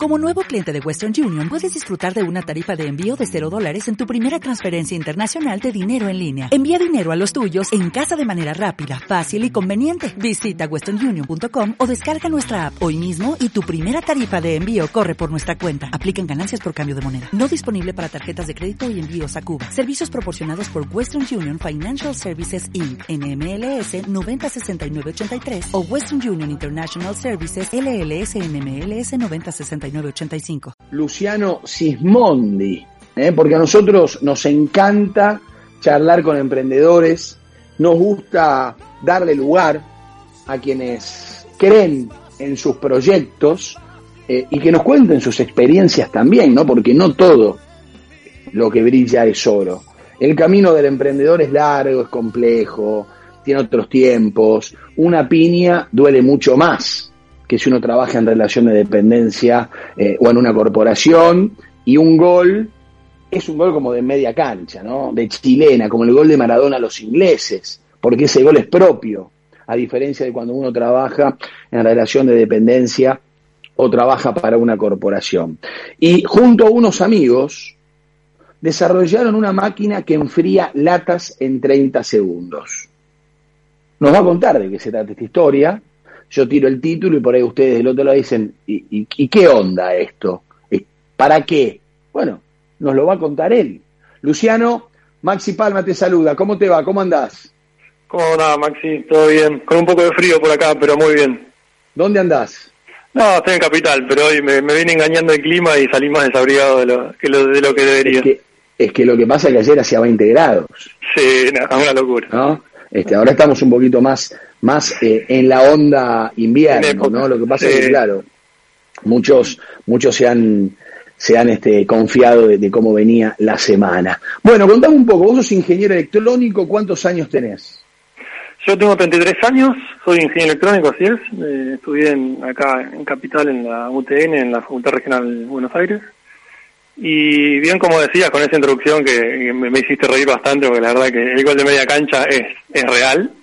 Como nuevo cliente de Western Union, puedes disfrutar de una tarifa de envío de $0 en tu primera transferencia internacional de dinero en línea. Envía dinero a los tuyos en casa de manera rápida, fácil y conveniente. Visita westernunion.com o descarga nuestra app hoy mismo y tu primera tarifa de envío corre por nuestra cuenta. Aplican ganancias por cambio de moneda. No disponible para tarjetas de crédito y envíos a Cuba. Servicios proporcionados por Western Union Financial Services Inc. NMLS 906983 o Western Union International Services LLS NMLS 906985. Luciano Sismondi, porque a nosotros nos encanta charlar con emprendedores, nos gusta darle lugar a quienes creen en sus proyectos y que nos cuenten sus experiencias también, ¿no? Porque no todo lo que brilla es oro. El camino del emprendedor es largo, es complejo, tiene otros tiempos. Una piña duele mucho más que si uno trabaja en relación de dependencia o en una corporación, y un gol es un gol como de media cancha, ¿no? De chilena, como el gol de Maradona a los ingleses, porque ese gol es propio, a diferencia de cuando uno trabaja en relación de dependencia o trabaja para una corporación. Y junto a unos amigos desarrollaron una máquina que enfría latas en 30 segundos. Nos va a contar de qué se trata esta historia. Yo tiro el título y por ahí ustedes del otro lado dicen, ¿y qué onda esto? ¿Para qué? Bueno, nos lo va a contar él. Luciano, Maxi Palma te saluda. ¿Cómo te va? ¿Cómo andás? ¿Cómo andás, Maxi? ¿Todo bien? Con un poco de frío por acá, pero muy bien. ¿Dónde andás? No, estoy en Capital, pero hoy me viene engañando el clima y salí más desabrigado de lo que debería. Es que lo que pasa es que ayer hacía 20 grados. Sí, una locura. ¿No? Ahora estamos un poquito más en la onda invierno, ¿no? Lo que pasa es que, claro, muchos se han confiado de cómo venía la semana. Bueno, contame un poco, vos sos ingeniero electrónico, ¿cuántos años tenés? Yo tengo 33 años, soy ingeniero electrónico, así es. Estudié acá en Capital, en la UTN, en la Facultad Regional de Buenos Aires. Y bien, como decías, con esa introducción que me hiciste reír bastante, porque la verdad que el gol de media cancha es real.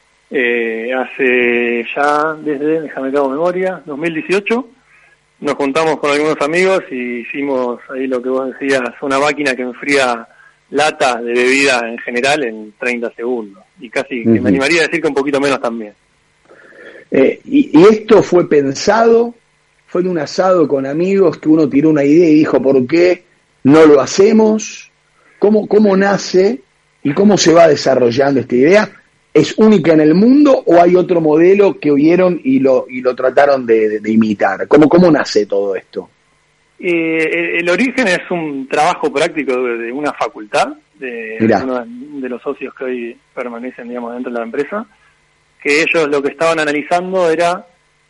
Hace ya, déjame que hago memoria, 2018, nos juntamos con algunos amigos y hicimos ahí lo que vos decías, una máquina que enfría latas de bebida en general en 30 segundos. Y casi, que me animaría a decir que un poquito menos también. ¿Y esto fue pensado? ¿Fue en un asado con amigos que uno tiró una idea y dijo, ¿por qué no lo hacemos? ¿Cómo nace y cómo se va desarrollando esta idea? ¿Es única en el mundo o hay otro modelo que oyeron y lo trataron de imitar? ¿Cómo nace todo esto? El origen es un trabajo práctico de una facultad, de uno de los socios que hoy permanecen, digamos, dentro de la empresa, que ellos lo que estaban analizando era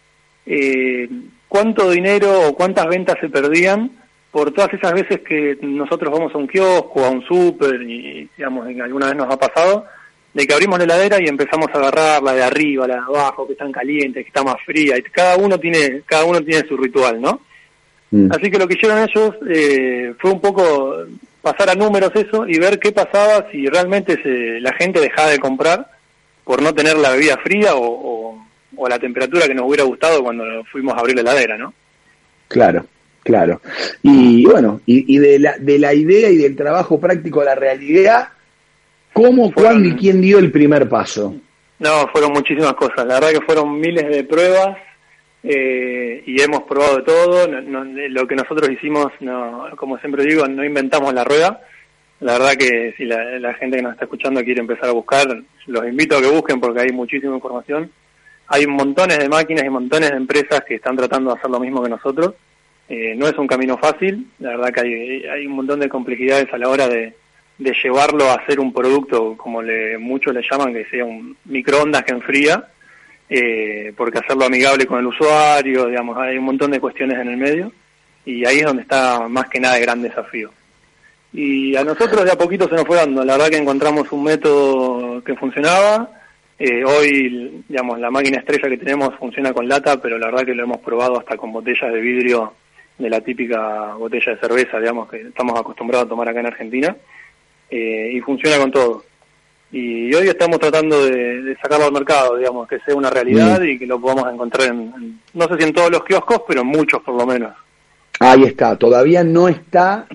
cuánto dinero o cuántas ventas se perdían por todas esas veces que nosotros vamos a un kiosco, a un súper, y digamos, alguna vez nos ha pasado, de que abrimos la heladera y empezamos a agarrar la de arriba, la de abajo, que están calientes, que está más fría, y cada uno tiene su ritual, ¿no? Así que lo que hicieron ellos fue un poco pasar a números eso y ver qué pasaba si realmente la gente dejaba de comprar por no tener la bebida fría o la temperatura que nos hubiera gustado cuando fuimos a abrir la heladera, ¿no? Claro. Y bueno, y de la idea y del trabajo práctico a la realidad, ¿cómo, cuándo y quién dio el primer paso? No, fueron muchísimas cosas. La verdad que fueron miles de pruebas y hemos probado de todo. Lo que nosotros hicimos, como siempre digo, no inventamos la rueda. La verdad que si la gente que nos está escuchando quiere empezar a buscar, los invito a que busquen porque hay muchísima información. Hay montones de máquinas y montones de empresas que están tratando de hacer lo mismo que nosotros. No es un camino fácil. La verdad que hay un montón de complejidades a la hora de llevarlo a hacer un producto, como muchos le llaman, que sea un microondas que enfría, porque hacerlo amigable con el usuario, digamos, hay un montón de cuestiones en el medio, y ahí es donde está más que nada el gran desafío. Y a nosotros de a poquito se nos fue dando, la verdad que encontramos un método que funcionaba. Hoy, digamos, la máquina estrella que tenemos funciona con lata, pero la verdad que lo hemos probado hasta con botellas de vidrio, de la típica botella de cerveza, digamos, que estamos acostumbrados a tomar acá en Argentina. Y funciona con todo. Y hoy estamos tratando de sacarlo al mercado, digamos, que sea una realidad y que lo podamos encontrar no sé si en todos los kioscos, pero en muchos por lo menos. Ahí está, todavía no está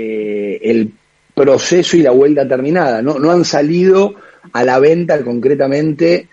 el proceso y la vuelta terminada, no han salido a la venta concretamente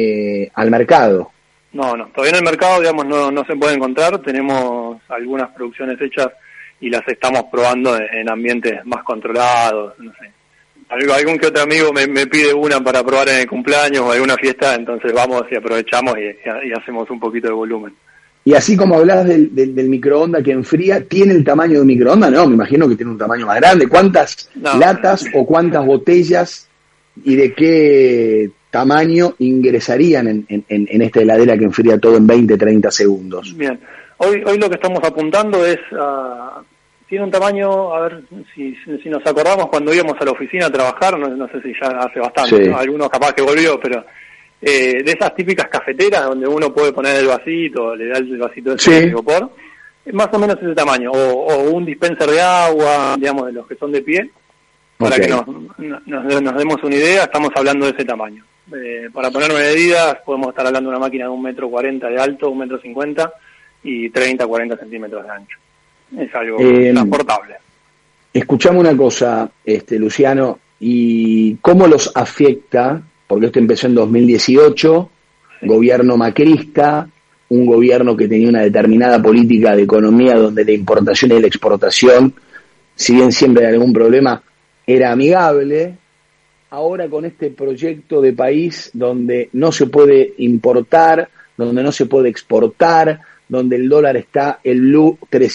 al mercado. No, todavía en el mercado, digamos, no se puede encontrar. Tenemos algunas producciones hechas y las estamos probando en ambientes más controlados, no sé. Algún que otro amigo me pide una para probar en el cumpleaños o alguna fiesta, entonces vamos y aprovechamos y hacemos un poquito de volumen. Y así como hablas del microondas que enfría, ¿tiene el tamaño de un microondas? No, me imagino que tiene un tamaño más grande. ¿Cuántas latas o cuántas botellas y de qué tamaño ingresarían en esta heladera que enfría todo en 20, 30 segundos? Bien, hoy lo que estamos apuntando es tiene un tamaño, a ver si nos acordamos cuando íbamos a la oficina a trabajar, no sé si ya hace bastante, sí. ¿no? Algunos capaz que volvió, pero de esas típicas cafeteras donde uno puede poner el vasito, le da el vasito de isopor, más o menos ese tamaño, o un dispenser de agua, digamos, de los que son de pie, para que nos demos una idea, estamos hablando de ese tamaño. Para poner medidas, podemos estar hablando de una máquina de 1,40 m de alto, 1,50 m y 30-40 centímetros de ancho. Es algo transportable. Escuchame una cosa, Luciano, ¿y cómo los afecta? Porque esto empezó en 2018, sí. Gobierno macrista, un gobierno que tenía una determinada política de economía donde la importación y la exportación, si bien siempre hay algún problema, era amigable. Ahora con este proyecto de país donde no se puede importar, donde no se puede exportar, donde el dólar está el blue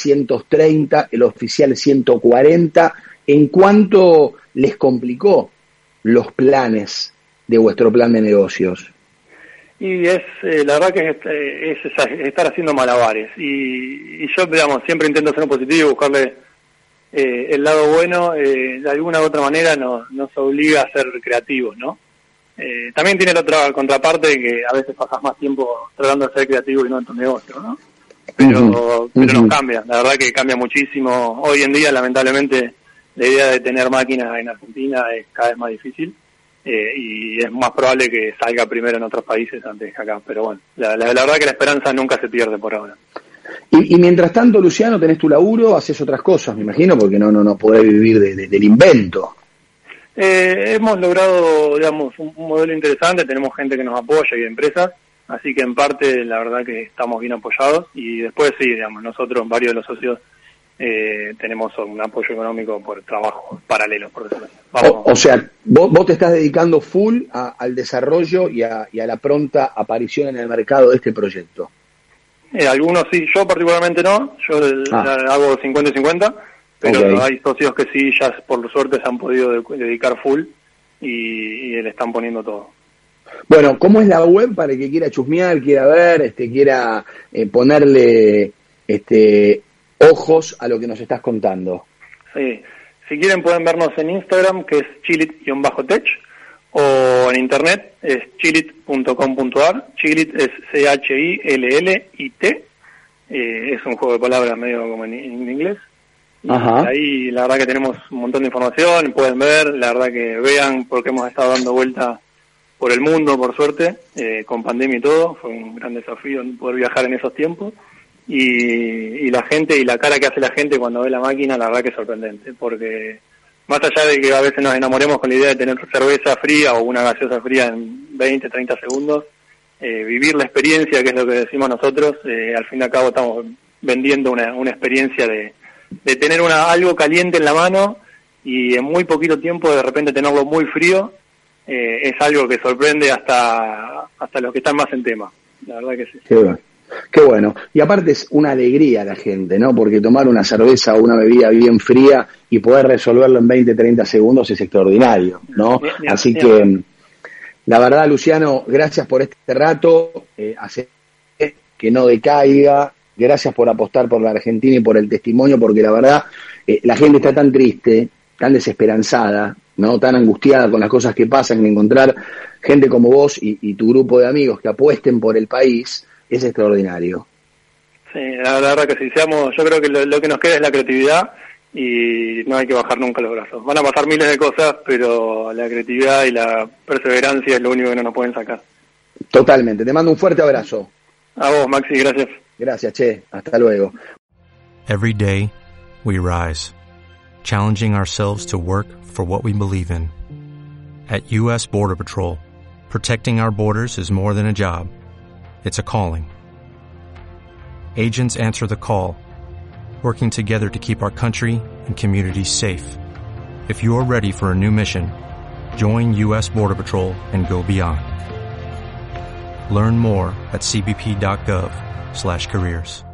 330, el oficial 140, ¿en cuánto les complicó los planes de vuestro plan de negocios? Y es la verdad que es estar haciendo malabares. Y yo, digamos, siempre intento ser un positivo y buscarle el lado bueno. De alguna u otra manera nos obliga a ser creativos, ¿no? También tiene la otra contraparte que a veces pasas más tiempo tratando de ser creativo y no en tu negocio, ¿no? Pero nos cambia, la verdad que cambia muchísimo. Hoy en día, lamentablemente, la idea de tener máquinas en Argentina es cada vez más difícil y es más probable que salga primero en otros países antes que acá. Pero bueno, la verdad que la esperanza nunca se pierde por ahora. Y mientras tanto, Luciano, tenés tu laburo, haces otras cosas, me imagino, porque no podés vivir del invento. Hemos logrado, digamos, un modelo interesante, tenemos gente que nos apoya y empresas, así que en parte la verdad que estamos bien apoyados y después sí, digamos, nosotros, varios de los socios, tenemos un apoyo económico por trabajos paralelos, por decirlo así. O sea, vos te estás dedicando full al desarrollo y a la pronta aparición en el mercado de este proyecto. Algunos sí, yo particularmente no, yo hago 50 y 50, pero hay socios que sí, ya por suerte se han podido dedicar full y le están poniendo todo. Bueno, ¿cómo es la web para el que quiera chusmear, quiera ver, quiera ponerle ojos a lo que nos estás contando? Sí, si quieren pueden vernos en Instagram, que es chilit_tech, o en internet es chilit.com.ar. Chilit es CHILLIT, es un juego de palabras medio como en inglés. Y ahí la verdad que tenemos un montón de información, pueden ver, la verdad que vean, porque hemos estado dando vuelta por el mundo, por suerte, con pandemia y todo, fue un gran desafío poder viajar en esos tiempos, y la gente, y la cara que hace la gente cuando ve la máquina, la verdad que es sorprendente, porque más allá de que a veces nos enamoremos con la idea de tener cerveza fría o una gaseosa fría en 20, 30 segundos, vivir la experiencia, que es lo que decimos nosotros, al fin y al cabo estamos vendiendo una experiencia de tener algo caliente en la mano y en muy poquito tiempo de repente tenerlo muy frío, es algo que sorprende hasta los que están más en tema, la verdad que sí. Qué bueno. Y aparte es una alegría a la gente, ¿no? Porque tomar una cerveza o una bebida bien fría y poder resolverlo en 20, 30 segundos es extraordinario, ¿no? Así que, la verdad, Luciano, gracias por este rato, hacer que no decaiga, gracias por apostar por la Argentina y por el testimonio, porque la verdad, la gente está tan triste, tan desesperanzada, ¿no? Tan angustiada con las cosas que pasan, que encontrar gente como vos y tu grupo de amigos que apuesten por el país es extraordinario. Sí, la verdad que sí, yo creo que lo que nos queda es la creatividad y no hay que bajar nunca los brazos. Van a pasar miles de cosas, pero la creatividad y la perseverancia es lo único que no nos pueden sacar. Totalmente, te mando un fuerte abrazo. A vos, Maxi, gracias. Gracias, che, hasta luego. Every day, we rise, challenging ourselves to work for what we believe in. At U.S. Border Patrol, protecting our borders is more than a job. It's a calling. Agents answer the call, working together to keep our country and communities safe. If you're ready for a new mission, join U.S. Border Patrol and go beyond. Learn more at cbp.gov/careers.